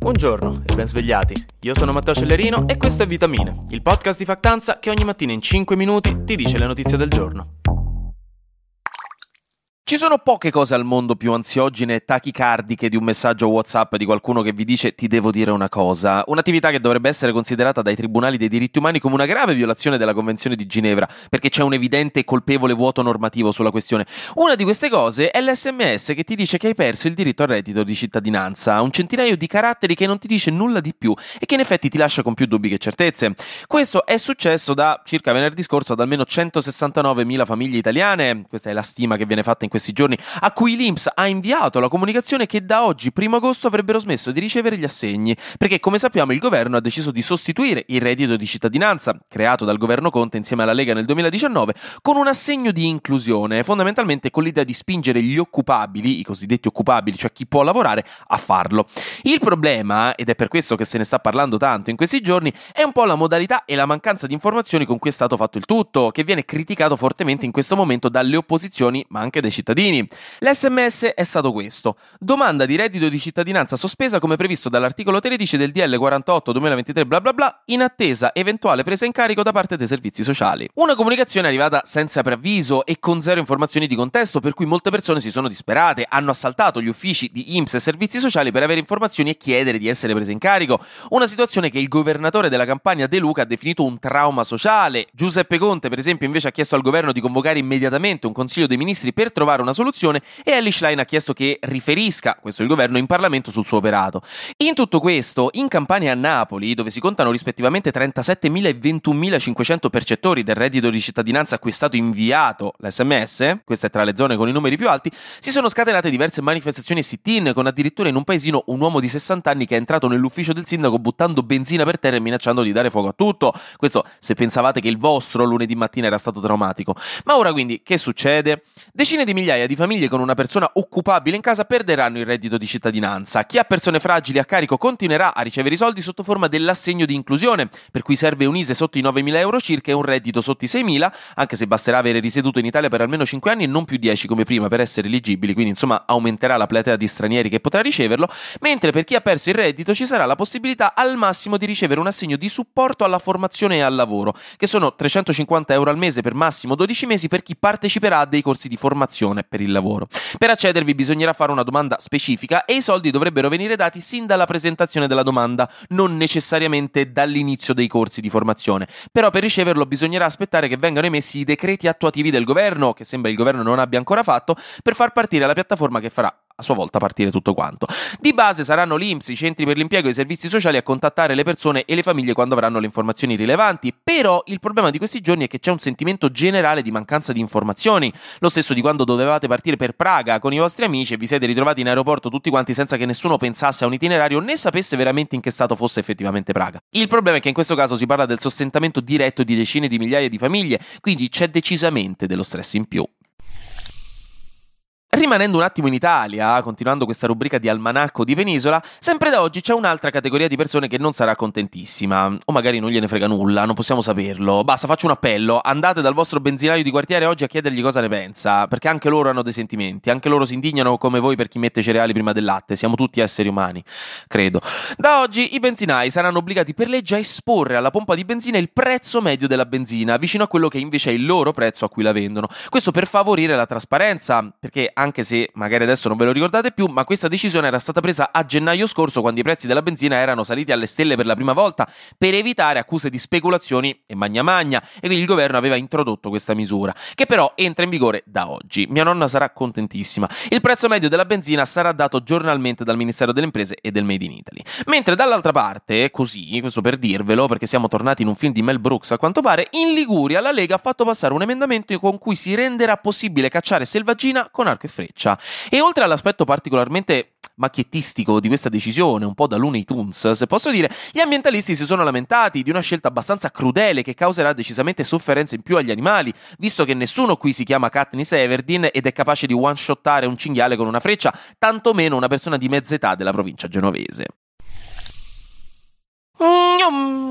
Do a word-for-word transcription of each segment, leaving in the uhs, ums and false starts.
Buongiorno e ben svegliati. Io sono Matteo Cellerino e questo è Vitamine, il podcast di Factanza che ogni mattina in cinque minuti ti dice le notizie del giorno. Ci sono poche cose al mondo più ansiogene e tachicardiche di un messaggio WhatsApp di qualcuno che vi dice "ti devo dire una cosa", un'attività che dovrebbe essere considerata dai tribunali dei diritti umani come una grave violazione della Convenzione di Ginevra, perché c'è un evidente e colpevole vuoto normativo sulla questione. Una di queste cose è l'esse emme esse che ti dice che hai perso il diritto al reddito di cittadinanza, un centinaio di caratteri che non ti dice nulla di più e che in effetti ti lascia con più dubbi che certezze. Questo è successo da circa venerdì scorso ad almeno centosessantanovemila famiglie italiane, questa è la stima che viene fatta in questi giorni, a cui l'I N P S ha inviato la comunicazione che da oggi, primo agosto, avrebbero smesso di ricevere gli assegni, perché come sappiamo il governo ha deciso di sostituire il reddito di cittadinanza, creato dal governo Conte insieme alla Lega nel duemiladiciannove, con un assegno di inclusione, fondamentalmente con l'idea di spingere gli occupabili, i cosiddetti occupabili, cioè chi può lavorare, a farlo. Il problema, ed è per questo che se ne sta parlando tanto in questi giorni, è un po' la modalità e la mancanza di informazioni con cui è stato fatto il tutto, che viene criticato fortemente in questo momento dalle opposizioni, ma anche dai cittadini. L'esse emme esse è stato questo: domanda di reddito di cittadinanza sospesa come previsto dall'articolo tredici del D L quarantotto duemilaventitré bla bla bla, in attesa eventuale presa in carico da parte dei servizi sociali. Una comunicazione arrivata senza preavviso e con zero informazioni di contesto, per cui molte persone si sono disperate, hanno assaltato gli uffici di I N P S e servizi sociali per avere informazioni e chiedere di essere prese in carico. Una situazione che il governatore della Campania De Luca ha definito un trauma sociale. Giuseppe Conte, per esempio, invece ha chiesto al governo di convocare immediatamente un consiglio dei ministri per trovare una soluzione, e Elly Schlein ha chiesto che riferisca, questo è il governo, in Parlamento sul suo operato. In tutto questo, in Campania e a Napoli, dove si contano rispettivamente trentasettemila e ventunomilacinquecento percettori del reddito di cittadinanza a cui è stato inviato l'esse emme esse, questa è tra le zone con i numeri più alti, si sono scatenate diverse manifestazioni e sit-in, con addirittura in un paesino un uomo di sessanta anni che è entrato nell'ufficio del sindaco buttando benzina per terra e minacciando di dare fuoco a tutto. Questo se pensavate che il vostro lunedì mattina era stato traumatico. Ma ora quindi che succede? Decine di migliaia di famiglie con una persona occupabile in casa perderanno il reddito di cittadinanza. Chi ha persone fragili a carico continuerà a ricevere i soldi sotto forma dell'assegno di inclusione, per cui serve un I S E E sotto i novemila euro circa e un reddito sotto i seimila, anche se basterà avere risieduto in Italia per almeno cinque anni e non più dieci come prima per essere eligibili, quindi insomma aumenterà la platea di stranieri che potrà riceverlo, mentre per chi ha perso il reddito ci sarà la possibilità al massimo di ricevere un assegno di supporto alla formazione e al lavoro, che sono trecentocinquanta euro al mese per massimo dodici mesi per chi parteciperà a dei corsi di formazione per il lavoro. Per accedervi bisognerà fare una domanda specifica e i soldi dovrebbero venire dati sin dalla presentazione della domanda, non necessariamente dall'inizio dei corsi di formazione. Però per riceverlo bisognerà aspettare che vengano emessi i decreti attuativi del governo, che sembra il governo non abbia ancora fatto, per far partire la piattaforma che farà a sua volta partire tutto quanto. Di base saranno l'I N P S, i centri per l'impiego e i servizi sociali a contattare le persone e le famiglie quando avranno le informazioni rilevanti, però il problema di questi giorni è che c'è un sentimento generale di mancanza di informazioni, lo stesso di quando dovevate partire per Praga con i vostri amici e vi siete ritrovati in aeroporto tutti quanti senza che nessuno pensasse a un itinerario né sapesse veramente in che stato fosse effettivamente Praga. Il problema è che in questo caso si parla del sostentamento diretto di decine di migliaia di famiglie, quindi c'è decisamente dello stress in più. Rimanendo un attimo in Italia, continuando questa rubrica di almanacco di Penisola, sempre da oggi c'è un'altra categoria di persone che non sarà contentissima, o magari non gliene frega nulla, non possiamo saperlo. Basta, faccio un appello: andate dal vostro benzinaio di quartiere oggi a chiedergli cosa ne pensa, perché anche loro hanno dei sentimenti, anche loro si indignano come voi per chi mette cereali prima del latte, siamo tutti esseri umani, credo. Da oggi i benzinai saranno obbligati per legge a esporre alla pompa di benzina il prezzo medio della benzina, vicino a quello che invece è il loro prezzo a cui la vendono. Questo per favorire la trasparenza, perché anche se magari adesso non ve lo ricordate più, ma questa decisione era stata presa a gennaio scorso, quando i prezzi della benzina erano saliti alle stelle per la prima volta, per evitare accuse di speculazioni e magna magna, e quindi il governo aveva introdotto questa misura, che però entra in vigore da oggi. Mia nonna sarà contentissima. Il prezzo medio della benzina sarà dato giornalmente dal Ministero delle Imprese e del Made in Italy. Mentre dall'altra parte, così, questo per dirvelo, perché siamo tornati in un film di Mel Brooks a quanto pare, in Liguria la Lega ha fatto passare un emendamento con cui si renderà possibile cacciare selvaggina con arco e freccia. E oltre all'aspetto particolarmente macchiettistico di questa decisione, un po' da Looney Tunes, se posso dire, gli ambientalisti si sono lamentati di una scelta abbastanza crudele che causerà decisamente sofferenze in più agli animali, visto che nessuno qui si chiama Katniss Everdeen ed è capace di one-shottare un cinghiale con una freccia, tantomeno una persona di mezza età della provincia genovese.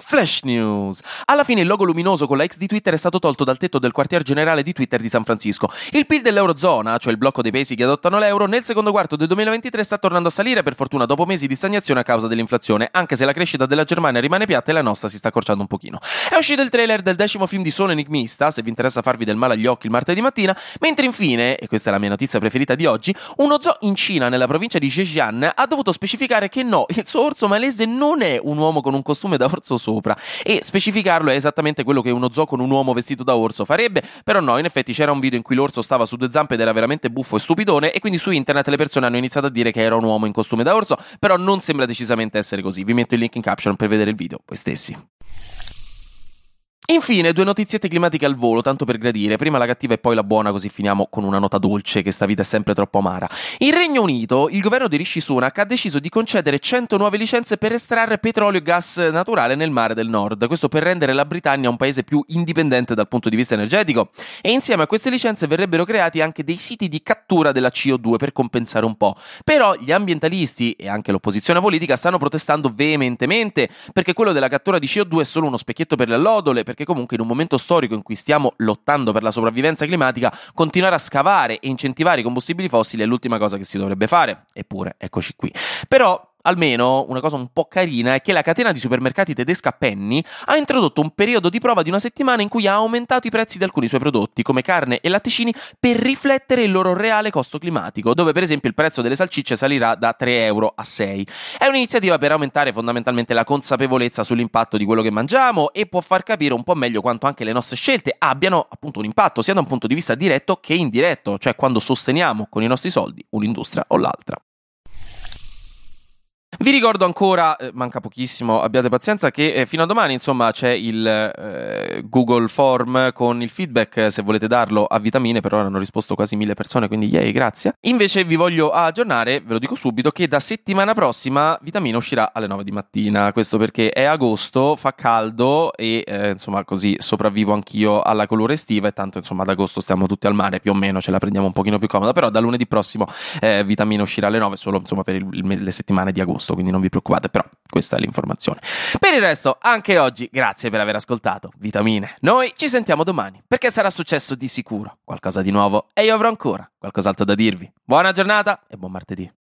Flash News. Alla fine il logo luminoso con la X di Twitter è stato tolto dal tetto del quartier generale di Twitter di San Francisco. Il P I L dell'Eurozona, cioè il blocco dei paesi che adottano l'euro, nel secondo quarto del duemilaventitré sta tornando a salire, per fortuna, dopo mesi di stagnazione a causa dell'inflazione, anche se la crescita della Germania rimane piatta e la nostra si sta accorciando un pochino. È uscito il trailer del decimo film di Solo Enigmista, se vi interessa farvi del male agli occhi il martedì mattina, mentre infine, e questa è la mia notizia preferita di oggi, uno zoo in Cina, nella provincia di Zhejiang, ha dovuto specificare che no, il suo orso malese non è un uomo con un costume da orso sopra, e specificarlo è esattamente quello che uno zoo con un uomo vestito da orso farebbe, però no, in effetti c'era un video in cui l'orso stava su due zampe ed era veramente buffo e stupidone, e quindi su internet le persone hanno iniziato a dire che era un uomo in costume da orso, però non sembra decisamente essere così. Vi metto il link in caption per vedere il video voi stessi. Infine, due notiziette climatiche al volo, tanto per gradire. Prima la cattiva e poi la buona, così finiamo con una nota dolce, che sta vita è sempre troppo amara. In Regno Unito, il governo di Rishi Sunak ha deciso di concedere cento nuove licenze per estrarre petrolio e gas naturale nel mare del nord. Questo per rendere la Britannia un paese più indipendente dal punto di vista energetico. E insieme a queste licenze verrebbero creati anche dei siti di cattura della C O due per compensare un po'. Però gli ambientalisti e anche l'opposizione politica stanno protestando veementemente, perché quello della cattura di C O due è solo uno specchietto per le allodole, perché comunque in un momento storico in cui stiamo lottando per la sopravvivenza climatica, continuare a scavare e incentivare i combustibili fossili è l'ultima cosa che si dovrebbe fare. Eppure, eccoci qui. Però almeno una cosa un po' carina è che la catena di supermercati tedesca Penny ha introdotto un periodo di prova di una settimana in cui ha aumentato i prezzi di alcuni suoi prodotti, come carne e latticini, per riflettere il loro reale costo climatico, dove per esempio il prezzo delle salsicce salirà da tre euro a sei. È un'iniziativa per aumentare fondamentalmente la consapevolezza sull'impatto di quello che mangiamo e può far capire un po' meglio quanto anche le nostre scelte abbiano appunto un impatto, sia da un punto di vista diretto che indiretto, cioè quando sosteniamo con i nostri soldi un'industria o l'altra. Vi ricordo ancora, eh, manca pochissimo, abbiate pazienza, che eh, fino a domani insomma c'è il eh, Google Form con il feedback, eh, se volete darlo a Vitamine. Per ora hanno risposto quasi mille persone, quindi yay, grazie. Invece vi voglio aggiornare, ve lo dico subito, che da settimana prossima Vitamine uscirà alle nove di mattina. Questo perché è agosto, fa caldo e eh, insomma così sopravvivo anch'io alla colore estiva, e tanto insomma ad agosto stiamo tutti al mare, più o meno ce la prendiamo un pochino più comoda. Però da lunedì prossimo eh, Vitamine uscirà alle nove solo insomma per il, il, le settimane di agosto, quindi non vi preoccupate, però questa è l'informazione. Per il resto, anche oggi, grazie per aver ascoltato Vitamine. Noi ci sentiamo domani, perché sarà successo di sicuro qualcosa di nuovo e io avrò ancora qualcos'altro da dirvi. Buona giornata e buon martedì.